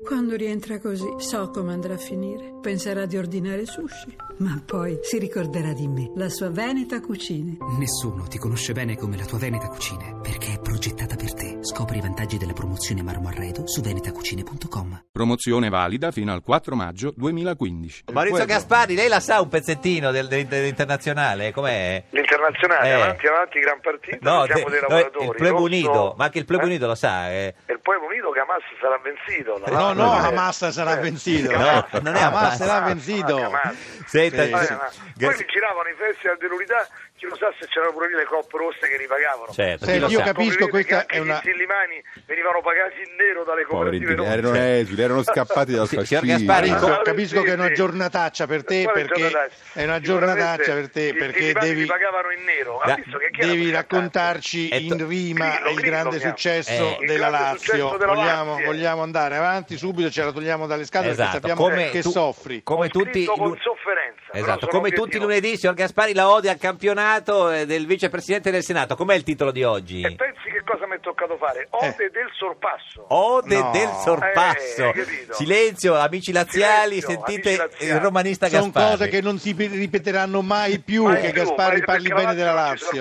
Quando rientra così, so come andrà a finire. Penserà di ordinare sushi, ma poi si ricorderà di me, la sua Veneta Cucine. Nessuno ti conosce bene come la tua Veneta Cucine, perché è progettata per te. Scopri i vantaggi della promozione Marmo Arredo su venetacucine.com. Promozione valida fino al 4 maggio 2015. Maurizio Gasparri, lei la sa un pezzettino dell'internazionale? Com'è? L'internazionale, avanti, gran partito, No, siamo dei lavoratori. il Pueblo Unido, ma anche il Pueblo Unido lo sa. Il Pueblo Unido che Hamas sarà vencito. No, Hamas sarà vencito. No, non è Hamas Hamas. sarà vencito. Senta, Poi mi giravano i festival dell'unità, chi lo sa se c'erano pure lì le coppe rosse che ripagavano. Certo, Senti, chi lo io sa. capisco, questa è una... Gli Sillimani venivano pagati in nero dalle cooperative rosse. Erano esili, erano scappati dal Signor fascismo. Gasparri, Capisco che è una giornataccia per te, perché è una giornataccia per te, perché devi pagavano in nero. devi raccontarci in rima il grande successo della Lazio. Vogliamo andare avanti subito, ce la togliamo dalle scatole, perché sappiamo che soffri. Come tutti con sofferenza. Esatto, come tutti i lunedì, signor Gasparri, la ode al campionato del vicepresidente del Senato. Com'è il titolo di oggi? E pensi che cosa mi è toccato fare? Ode del sorpasso. Ode del sorpasso. Silenzio, amici laziali, sentite il romanista Gasparri. Sono cose che non si ripeteranno mai più, che Gasparri parli bene della Lazio.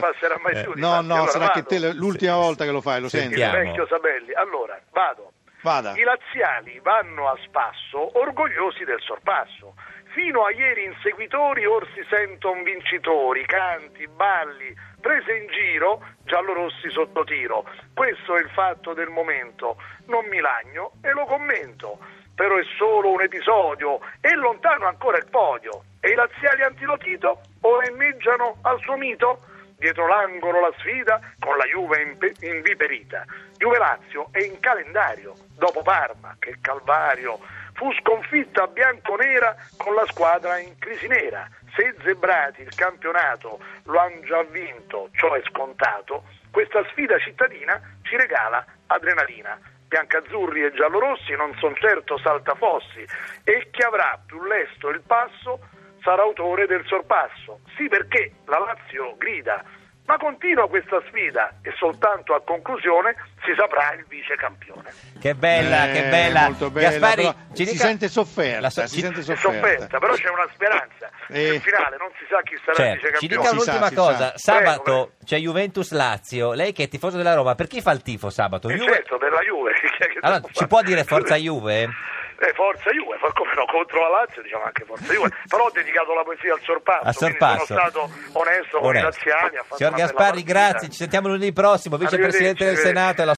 No, sarà che te l'ultima volta che lo fai, lo senti. Vecchio Sabelli. Allora, Vada. I laziali vanno a spasso orgogliosi del sorpasso. Fino a ieri inseguitori, or si sentono vincitori, canti, balli, prese in giro, giallorossi sotto tiro. Questo è il fatto del momento, non mi lagno e lo commento, però è solo un episodio e lontano ancora il podio. E i laziali antilotito o inneggiano al suo mito? Dietro l'angolo la sfida con la Juve inviperita. Juve-Lazio è in calendario, dopo Parma, che calvario. Fu sconfitta bianconera con la squadra in crisi nera. Se i zebrati il campionato lo hanno già vinto, ciò è scontato, questa sfida cittadina ci regala adrenalina. Biancazzurri e giallorossi non son certo saltafossi e chi avrà più lesto il passo sarà autore del sorpasso. Sì, perché la Lazio grida, ma continua questa sfida e soltanto a conclusione si saprà il vice campione. Che bella. Molto bella. Gasparri, Si sente sofferta. Sofferta, però c'è una speranza. Nel finale non si sa chi sarà il vice campione. Ci dica un'ultima cosa. Sabato c'è Juventus-Lazio. Lei che è tifoso della Roma, per chi fa il tifo sabato? Certo, per la Juve. Allora, ci può dire forza Juve? Forza Juve, come no, contro la Lazio diciamo anche Forza Juve, però ho dedicato la poesia al sorpasso. Sono stato onesto con i laziali. Signor Gasparri, grazie, ci sentiamo lunedì prossimo, vicepresidente del Senato.